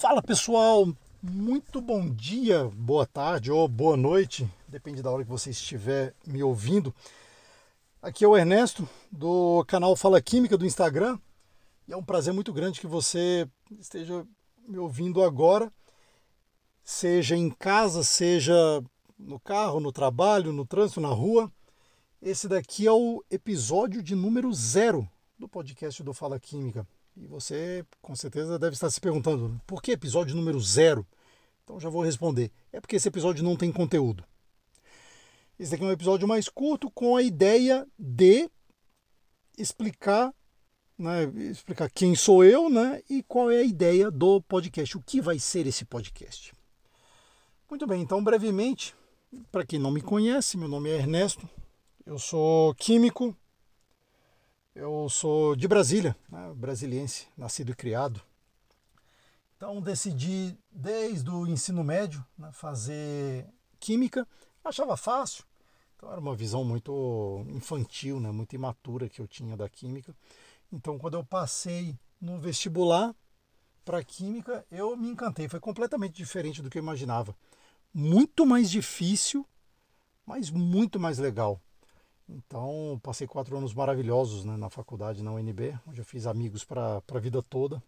Fala pessoal, muito bom dia, boa tarde ou boa noite, depende da hora que você estiver me ouvindo. Aqui é o Ernesto do canal Fala Química do Instagram e é um prazer muito grande que você esteja me ouvindo agora, seja em casa, seja no carro, no trabalho, no trânsito, na rua. Esse daqui é o episódio de número 0 do podcast do Fala Química. E você, com certeza, deve estar se perguntando, por que episódio número 0? Então já vou responder. É porque esse episódio não tem conteúdo. Esse daqui é um episódio mais curto com a ideia de explicar, né, explicar quem sou eu, né, e qual é a ideia do podcast, o que vai ser esse podcast. Muito bem, então brevemente, para quem não me conhece, meu nome é Ernesto, eu sou químico, eu sou de Brasília, né, brasiliense, nascido e criado. Então decidi, desde o ensino médio, né, fazer química. Achava fácil. Então era uma visão muito infantil, né, muito imatura que eu tinha da química. Então quando eu passei no vestibular para química, eu me encantei. Foi completamente diferente do que eu imaginava. Muito mais difícil, mas muito mais legal. Então passei 4 anos maravilhosos, né, na faculdade, na UNB, onde eu fiz amigos para a vida toda.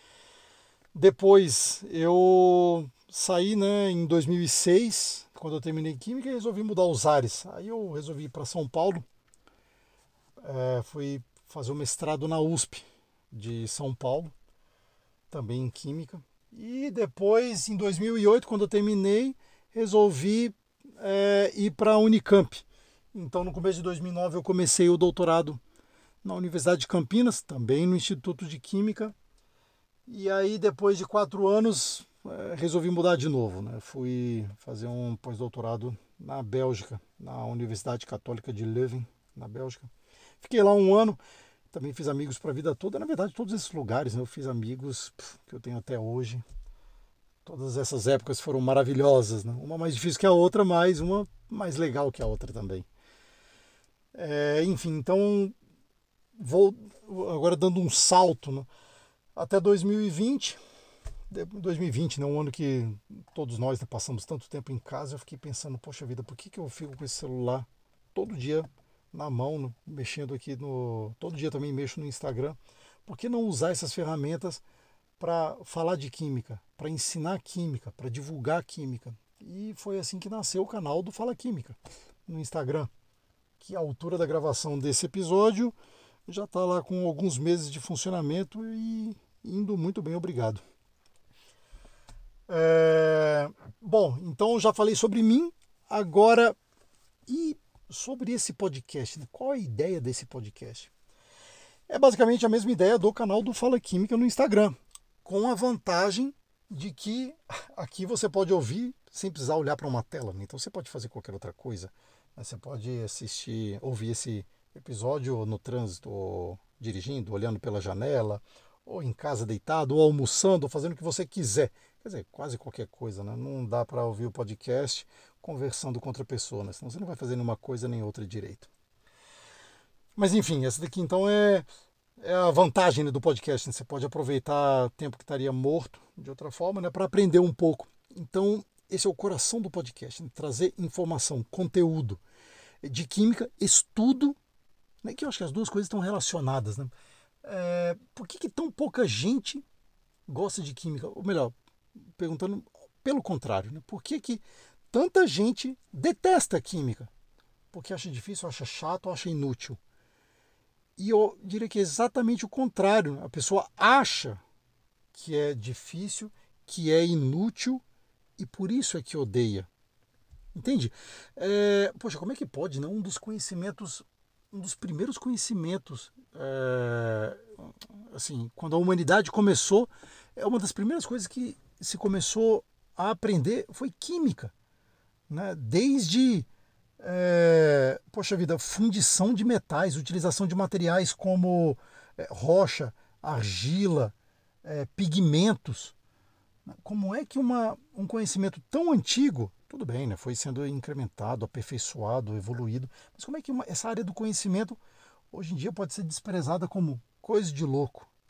Depois eu saí, né, em 2006, quando eu terminei química, e resolvi mudar os ares. Aí eu resolvi ir para São Paulo, fui fazer o mestrado na USP de São Paulo, também em química. E depois, em 2008, quando eu terminei, resolvi ir para a Unicamp. Então, no começo de 2009, eu comecei o doutorado na Universidade de Campinas, também no Instituto de Química. E aí, depois de 4 anos, resolvi mudar de novo, né? Fui fazer um pós-doutorado na Bélgica, na Universidade Católica de Leuven, na Bélgica. Fiquei lá um ano, também fiz amigos para a vida toda. Na verdade, todos esses lugares, né, eu fiz amigos que eu tenho até hoje. Todas essas épocas foram maravilhosas, né? Uma mais difícil que a outra, mas uma mais legal que a outra também. Enfim, então vou agora dando um salto, né, até 2020. 2020, né, um ano que todos nós, né, passamos tanto tempo em casa, eu fiquei pensando, poxa vida, por que eu fico com esse celular todo dia na mão, mexendo aqui no... Todo dia também mexo no Instagram. Por que não usar essas ferramentas para falar de química, para ensinar química, para divulgar química? E foi assim que nasceu o canal do Fala Química no Instagram, que à altura da gravação desse episódio já está lá com alguns meses de funcionamento e indo muito bem, obrigado. Bom, então já falei sobre mim, agora e sobre esse podcast, né? Qual é a ideia desse podcast? É basicamente a mesma ideia do canal do Fala Química no Instagram, com a vantagem de que aqui você pode ouvir sem precisar olhar para uma tela, né? Então você pode fazer qualquer outra coisa, né? Você pode assistir, ouvir esse episódio no trânsito, ou dirigindo, olhando pela janela, ou em casa deitado, ou almoçando, ou fazendo o que você quiser. Quer dizer, quase qualquer coisa, né? Não dá para ouvir o podcast conversando com outra pessoa, né? Senão você não vai fazer nenhuma coisa nem outra direito. Mas enfim, essa daqui então é a vantagem, né, do podcast, né? Você pode aproveitar tempo que estaria morto de outra forma, né, para aprender um pouco. Então, esse é o coração do podcast, né? Trazer informação, conteúdo de química, estudo, né, que eu acho que as duas coisas estão relacionadas, né? Por que tão pouca gente gosta de química? Ou melhor, perguntando pelo contrário, né? Por que tanta gente detesta química? Porque acha difícil, acha chato, acha inútil. E eu diria que é exatamente o contrário. A pessoa acha que é difícil, que é inútil e por isso é que odeia. Entende? Poxa, como é que pode, né? Um dos conhecimentos, um dos primeiros conhecimentos, assim, quando a humanidade começou, uma das primeiras coisas que se começou a aprender foi química, né? Desde, poxa vida, fundição de metais, utilização de materiais como rocha, argila, pigmentos. Como é que um conhecimento tão antigo, tudo bem, né, foi sendo incrementado, aperfeiçoado, evoluído, mas como é que essa área do conhecimento hoje em dia pode ser desprezada como coisa de louco?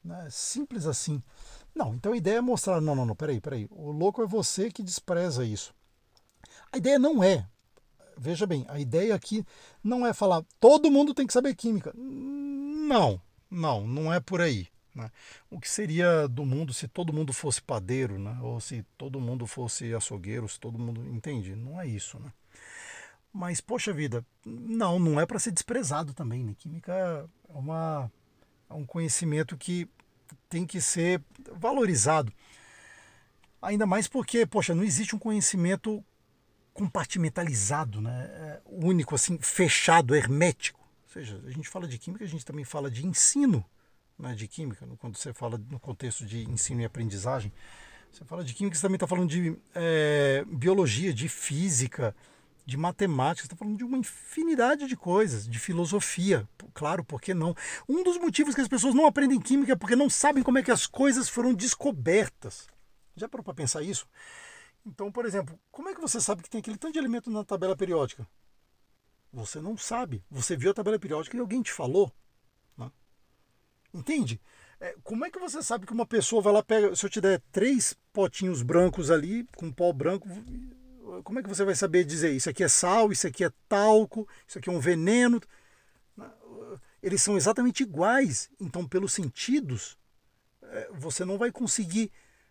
né? Simples assim. Não, então a ideia é mostrar, não, peraí. O louco é você que despreza isso. A ideia não é, veja bem, a ideia aqui não é falar todo mundo tem que saber química. Não é por aí. Né? O que seria do mundo se todo mundo fosse padeiro, né? Ou se todo mundo fosse açougueiro, se todo mundo. Entende? Não é isso. Né? Mas, poxa vida, não é para ser desprezado também. Né? Química é um conhecimento que tem que ser valorizado. Ainda mais porque, poxa, não existe um conhecimento compartimentalizado, né? Único, assim, fechado, hermético. Ou seja, a gente fala de química, a gente também fala de ensino, né, de química. Quando você fala no contexto de ensino e aprendizagem, você fala de química, você também está falando de biologia, de física, de matemática, você está falando de uma infinidade de coisas, de filosofia. Claro, por que não? Um dos motivos que as pessoas não aprendem química é porque não sabem como é que as coisas foram descobertas. Já parou para pensar isso? Então, por exemplo, como é que você sabe que tem aquele tanto de elemento na tabela periódica? Você não sabe. Você viu a tabela periódica e alguém te falou. Né? Entende? Como é que você sabe que uma pessoa vai lá pega. Se eu te der 3 potinhos brancos ali, com pó branco, como é que você vai saber dizer isso aqui é sal, isso aqui é talco, isso aqui é um veneno? Eles são exatamente iguais. Então, pelos sentidos, você não vai conseguir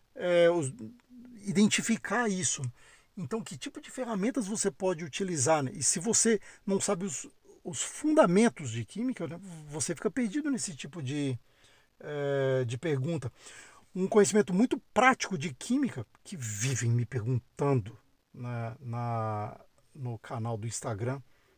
identificar isso. Então, que tipo de ferramentas você pode utilizar? Né? E se você não sabe os fundamentos de química, né, você fica perdido nesse tipo de pergunta. Um conhecimento muito prático de química, que vivem me perguntando no canal do Instagram,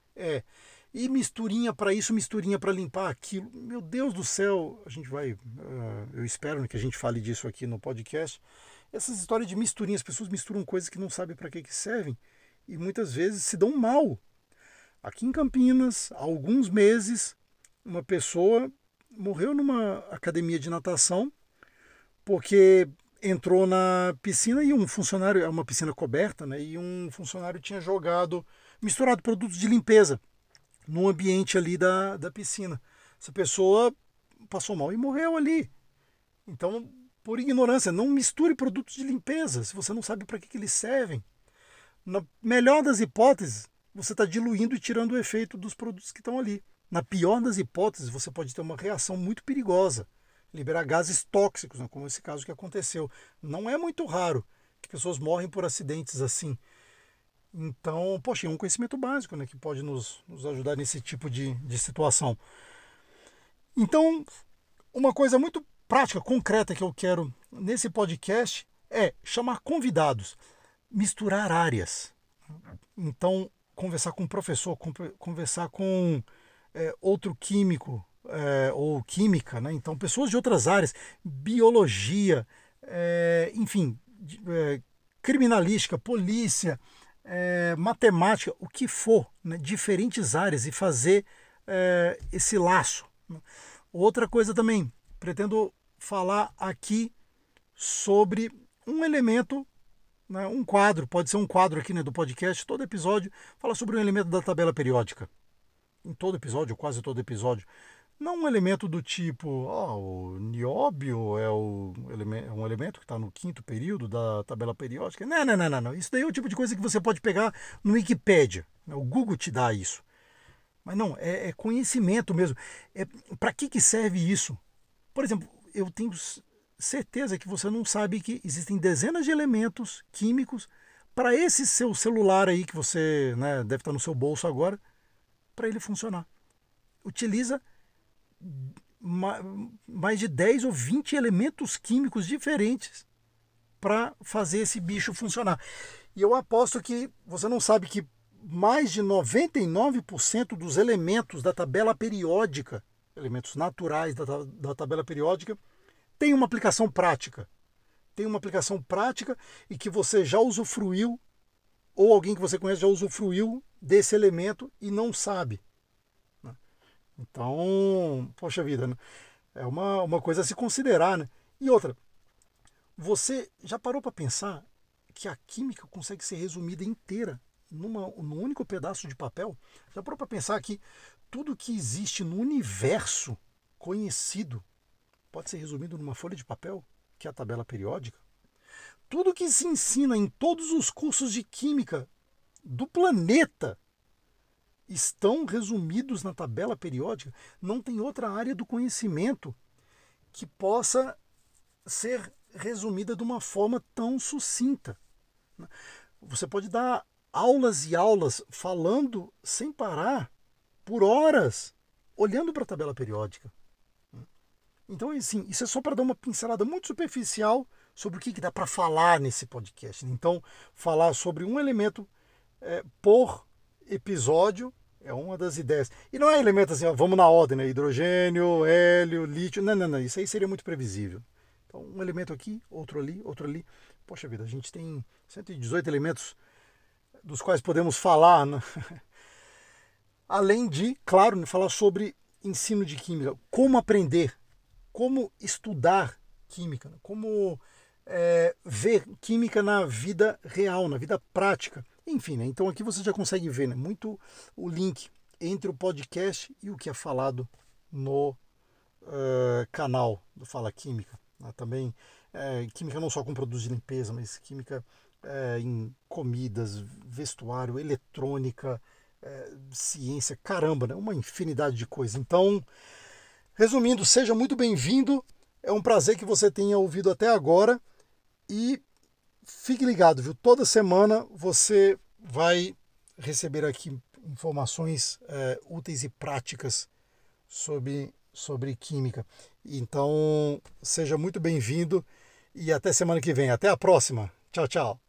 e misturinha para isso, misturinha para limpar aquilo. Meu Deus do céu, a gente vai. Eu espero que a gente fale disso aqui no podcast. Essas histórias de misturinha, as pessoas misturam coisas que não sabem para que servem e muitas vezes se dão mal. Aqui em Campinas, há alguns meses, uma pessoa morreu numa academia de natação porque entrou na piscina e um funcionário, é uma piscina coberta, né? E um funcionário tinha misturado produtos de limpeza no ambiente ali da piscina. Essa pessoa passou mal e morreu ali. Então, por ignorância, não misture produtos de limpeza se você não sabe para que eles servem. Na melhor das hipóteses, você está diluindo e tirando o efeito dos produtos que estão ali. Na pior das hipóteses, você pode ter uma reação muito perigosa, liberar gases tóxicos, né, como esse caso que aconteceu. Não é muito raro que pessoas morrem por acidentes assim. Então, poxa, é um conhecimento básico, né, que pode nos ajudar nesse tipo de situação. Então, uma coisa muito prática, concreta que eu quero nesse podcast é chamar convidados, misturar áreas. Então, conversar com um professor, conversar com outro químico ou química, né? Então, pessoas de outras áreas, biologia, enfim, criminalística, polícia, matemática, o que for, né? Diferentes áreas e fazer esse laço. Né? Outra coisa também, pretendo falar aqui sobre um elemento, né, um quadro, pode ser um quadro aqui, né, do podcast, todo episódio fala sobre um elemento da tabela periódica. Em todo episódio, quase todo episódio. Não um elemento do tipo, o nióbio é um elemento que está no 5º período da tabela periódica. Não. Isso daí é o tipo de coisa que você pode pegar no Wikipédia. O Google te dá isso. Mas não, é conhecimento mesmo. Para que serve isso? Por exemplo, eu tenho certeza que você não sabe que existem dezenas de elementos químicos para esse seu celular aí que você, né, deve estar no seu bolso agora, para ele funcionar. Utiliza mais de 10 ou 20 elementos químicos diferentes para fazer esse bicho funcionar. E eu aposto que você não sabe que mais de 99% dos elementos da tabela periódica, elementos naturais da tabela periódica, tem uma aplicação prática. Tem uma aplicação prática e que você já usufruiu, ou alguém que você conhece já usufruiu desse elemento e não sabe. Então, poxa vida, né? É uma coisa a se considerar, né? E outra, você já parou para pensar que a química consegue ser resumida inteira num único pedaço de papel? Já parou para pensar que tudo que existe no universo conhecido pode ser resumido numa folha de papel, que é a tabela periódica. Tudo que se ensina em todos os cursos de química do planeta estão resumidos na tabela periódica. Não tem outra área do conhecimento que possa ser resumida de uma forma tão sucinta. Você pode dar aulas e aulas falando sem parar por horas, olhando para a tabela periódica. Então, assim, isso é só para dar uma pincelada muito superficial sobre o que dá para falar nesse podcast. Então, falar sobre um elemento por episódio é uma das ideias. E não é elemento assim, ó, vamos na ordem, né? Hidrogênio, hélio, lítio. Não. Isso aí seria muito previsível. Então, um elemento aqui, outro ali, outro ali. Poxa vida, a gente tem 118 elementos dos quais podemos falar, né? Além de, claro, falar sobre ensino de química, como aprender, como estudar química, como ver química na vida real, na vida prática. Enfim, né? Então aqui você já consegue ver, né, muito o link entre o podcast e o que é falado no canal do Fala Química. Também química não só com produtos de limpeza, mas química em comidas, vestuário, eletrônica, ciência, caramba, né? Uma infinidade de coisas. Então, resumindo, seja muito bem-vindo. É um prazer que você tenha ouvido até agora e fique ligado, viu? Toda semana você vai receber aqui informações úteis e práticas sobre química. Então, seja muito bem-vindo e até semana que vem. Até a próxima. Tchau, tchau.